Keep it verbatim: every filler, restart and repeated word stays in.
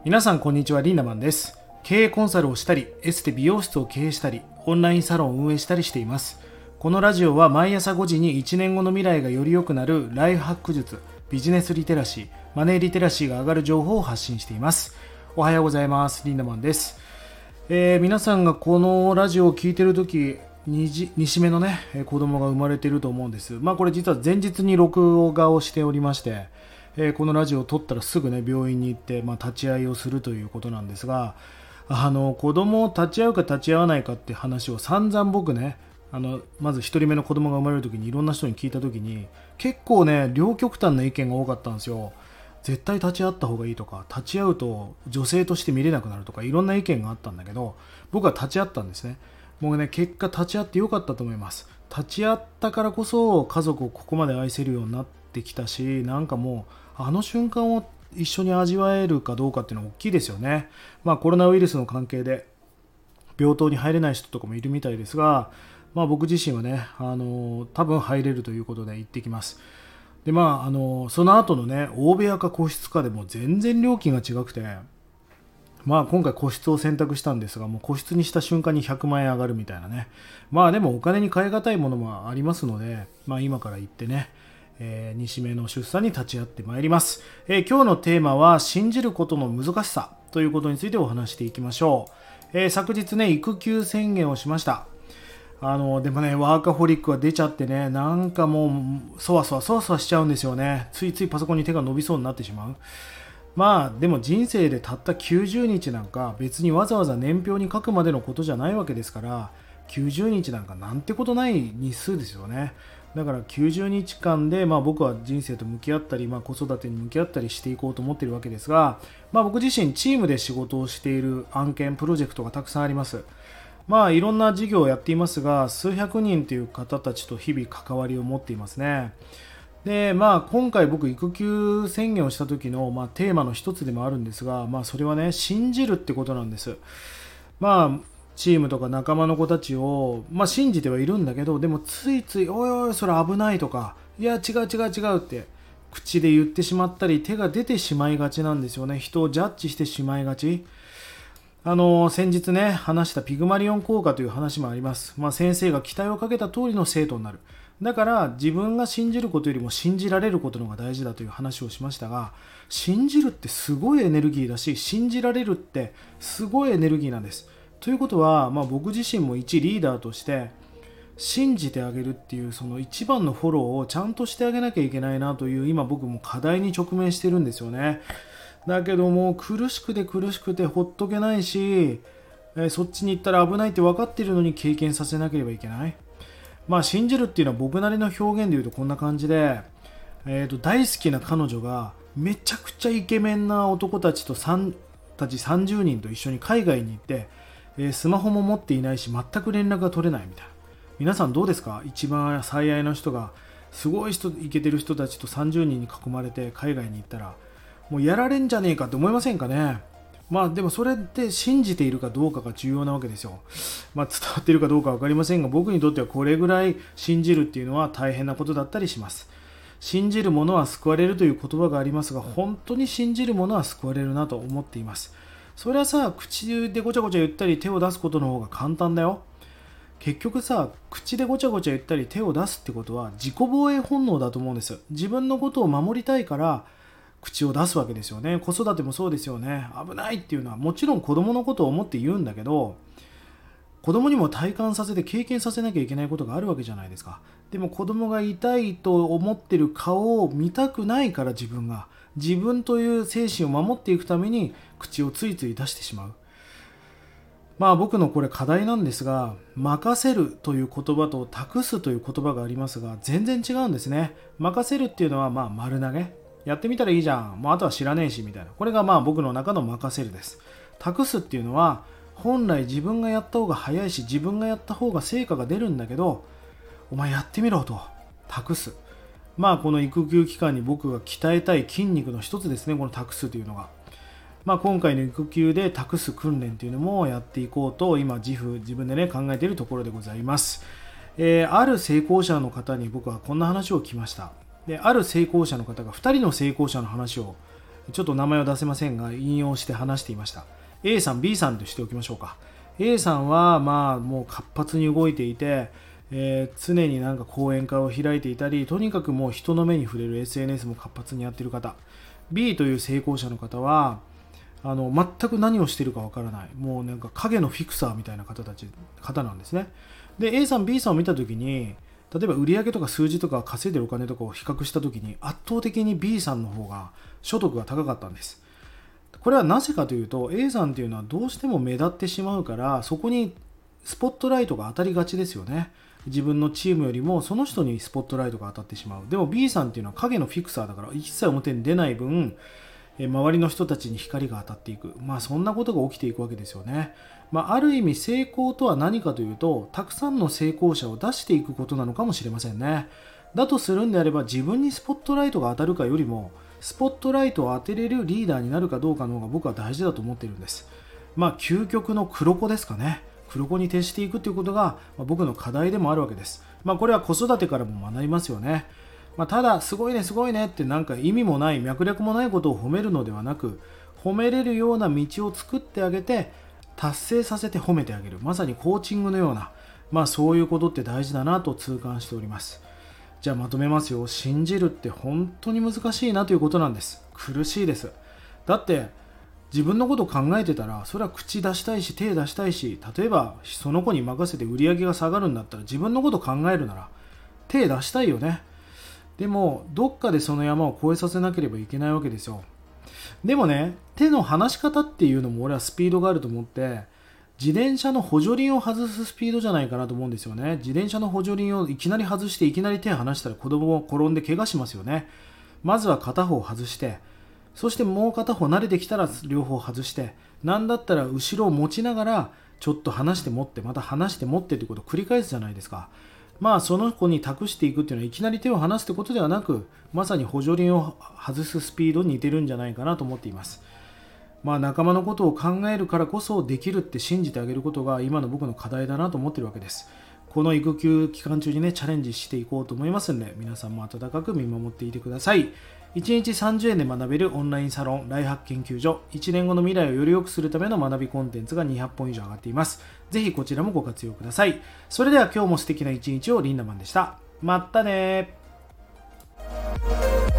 皆さんこんにちは、リンダマンです。経営コンサルをしたり、エステ美容室を経営したり、オンラインサロンを運営したりしています。このラジオは毎朝ごじにいちねんごの未来がより良くなるライフハック術、ビジネスリテラシー、マネーリテラシーが上がる情報を発信しています。おはようございます。リンダマンです。えー、皆さんがこのラジオを聞いているとき、にじにしめのね、子供が生まれていると思うんです。まあこれ実は前日に録画をしておりまして、えー、このラジオを撮ったらすぐね病院に行って、まあ、立ち会いをするということなんですが、あの子供を立ち会うか立ち会わないかって話を散々僕ね、あのまずひとりめの子供が生まれるときにいろんな人に聞いたときに結構ね両極端な意見が多かったんですよ。絶対立ち会った方がいいとか、立ち会うと女性として見れなくなるとか、いろんな意見があったんだけど、僕は立ち会ったんですね。もうね結果立ち会ってよかったと思います。立ち会ったからこそ家族をここまで愛せるようになってきたし、なんかもうあの瞬間を一緒に味わえるかどうかっていうのは大きいですよね。まあコロナウイルスの関係で病棟に入れない人とかもいるみたいですが、まあ僕自身はね、あの多分入れるということで行ってきます。でまああのその後のね、大部屋か個室かでも全然料金が違くて、まあ今回個室を選択したんですが、もう個室にした瞬間にひゃくまんえん上がるみたいなね。まあでもお金に換え難いものもありますので、まあ今から行ってね、えー、にしめの出産に立ち会ってまいります。えー、今日のテーマは信じることの難しさということについてお話していきましょう。えー、昨日ね育休宣言をしました。あのでもねワーカホリックが出ちゃってね、なんかもうそわそわそわそわしちゃうんですよね。ついついパソコンに手が伸びそうになってしまう。まあでも人生でたったきゅうじゅうにちなんか別にわざわざ年表に書くまでのことじゃないわけですから、きゅうじゅうにちなんかなんてことない日数ですよね。だからきゅうじゅうにちかんで、まあ、僕は人生と向き合ったり、まあ、子育てに向き合ったりしていこうと思っているわけですが、まあ、僕自身チームで仕事をしている案件プロジェクトがたくさんあります。まあいろんな事業をやっていますが、数百人という方たちと日々関わりを持っていますね。でまあ今回僕育休宣言をした時の、まあ、テーマの一つでもあるんですが、まあ、それはね信じるってことなんです。まあチームとか仲間の子たちを、まあ、信じてはいるんだけど、でもついついおいおいそれ危ないとか、いや違う違う違うって口で言ってしまったり手が出てしまいがちなんですよね。人をジャッジしてしまいがち。あの先日ね話したピグマリオン効果という話もあります。まあ、先生が期待をかけた通りの生徒になる。だから自分が信じることよりも信じられることの方が大事だという話をしましたが、信じるってすごいエネルギーだし、信じられるってすごいエネルギーなんです。ということは、まあ、僕自身も一リーダーとして信じてあげるっていうその一番のフォローをちゃんとしてあげなきゃいけないなという、今僕も課題に直面してるんですよね。だけども苦しくて苦しくてほっとけないし、えそっちに行ったら危ないって分かっているのに経験させなければいけない。まあ信じるっていうのは僕なりの表現で言うとこんな感じで、えーと大好きな彼女がめちゃくちゃイケメンな男たちとさんたちさんじゅうにんと一緒に海外に行って、えー、スマホも持っていないし全く連絡が取れないみたいな。皆さんどうですか？一番最愛の人がすごい人イケてる人たちとさんじゅうにんに囲まれて海外に行ったらもうやられんじゃねえかって思いませんかね。まあでもそれって信じているかどうかが重要なわけですよ。まあ伝わっているかどうか分かりませんが、僕にとってはこれぐらい信じるっていうのは大変なことだったりします。信じる者は救われるという言葉がありますが、本当に信じる者は救われるなと思っています。それはさ、口でごちゃごちゃ言ったり手を出すことの方が簡単だよ。結局さ、口でごちゃごちゃ言ったり手を出すってことは自己防衛本能だと思うんです。自分のことを守りたいから口を出すわけですよね。子育てもそうですよね。危ないっていうのはもちろん子供のことを思って言うんだけど、子供にも体感させて経験させなきゃいけないことがあるわけじゃないですか。でも子供が痛いと思ってる顔を見たくないから、自分が自分という精神を守っていくために口をついつい出してしまう。まあ僕のこれ課題なんですが、任せるという言葉と託すという言葉がありますが、全然違うんですね。任せるっていうのはまあ丸投げ、やってみたらいいじゃん、もうあとは知らねえしみたいな、これがまあ僕の中の任せるです。託すっていうのは本来自分がやった方が早いし自分がやった方が成果が出るんだけど、お前やってみろと託す。まあこの育休期間に僕が鍛えたい筋肉の一つですね、この託すというのが。まあ今回の育休で託す訓練というのもやっていこうと今自負自分でね考えているところでございます。えー、ある成功者の方に僕はこんな話を聞きました。である成功者の方がふたりの成功者の話をちょっと名前を出せませんが引用して話していました。 A さん B さんとしておきましょうか。 A さんはまあもう活発に動いていて、えー、常になんか講演会を開いていたり、とにかくもう人の目に触れる エスエヌエス も活発にやっている方。 B という成功者の方はあの全く何をしているかわからない、もうなんか影のフィクサーみたいな方たち方なんですね。で A さん B さんを見たときに、例えば売上とか数字とか稼いでるお金とかを比較したときに圧倒的に B さんの方が所得が高かったんです。これはなぜかというと A さんっていうのはどうしても目立ってしまうから、そこにスポットライトが当たりがちですよね。自分のチームよりもその人にスポットライトが当たってしまう。でも B さんっていうのは影のフィクサーだから一切表に出ない分、周りの人たちに光が当たっていく。まあそんなことが起きていくわけですよね。まあある意味成功とは何かというと、たくさんの成功者を出していくことなのかもしれませんね。だとするんであれば、自分にスポットライトが当たるかよりも、スポットライトを当てれるリーダーになるかどうかの方が僕は大事だと思っているんです。まあ究極の黒子ですかね。黒子に徹していくということが僕の課題でもあるわけです。まあこれは子育てからも学びますよね。まあ、ただすごいねすごいねってなんか意味もない脈略もないことを褒めるのではなく、褒めれるような道を作ってあげて達成させて褒めてあげる、まさにコーチングのような、まあそういうことって大事だなと痛感しております。じゃあまとめますよ。信じるって本当に難しいなということなんです。苦しいです。だって自分のことを考えてたら、それは口出したいし手出したいし、例えばその子に任せて売り上げが下がるんだったら自分のことを考えるなら手出したいよね。でもどっかでその山を越えさせなければいけないわけですよ。でもね、手の離し方っていうのも俺はスピードがあると思って、自転車の補助輪を外すスピードじゃないかなと思うんですよね。自転車の補助輪をいきなり外していきなり手を離したら子供も転んで怪我しますよね。まずは片方外して、そしてもう片方慣れてきたら両方外して、なんだったら後ろを持ちながらちょっと離して持ってまた離して持ってってことを繰り返すじゃないですか。まあその子に託していくっていうのはいきなり手を離すってことではなく、まさに補助輪を外すスピードに似てるんじゃないかなと思っています。まあ仲間のことを考えるからこそできるって信じてあげることが今の僕の課題だなと思っているわけです。この育休期間中にねチャレンジしていこうと思いますので、皆さんも温かく見守っていてください。いちにちさんじゅうえんで学べるオンラインサロンライハック研究所、いちねんごの未来をより良くするための学びコンテンツがにひゃっぽん以上上がっています。ぜひこちらもご活用ください。それでは今日も素敵な一日を。リンダマンでした。まったねー。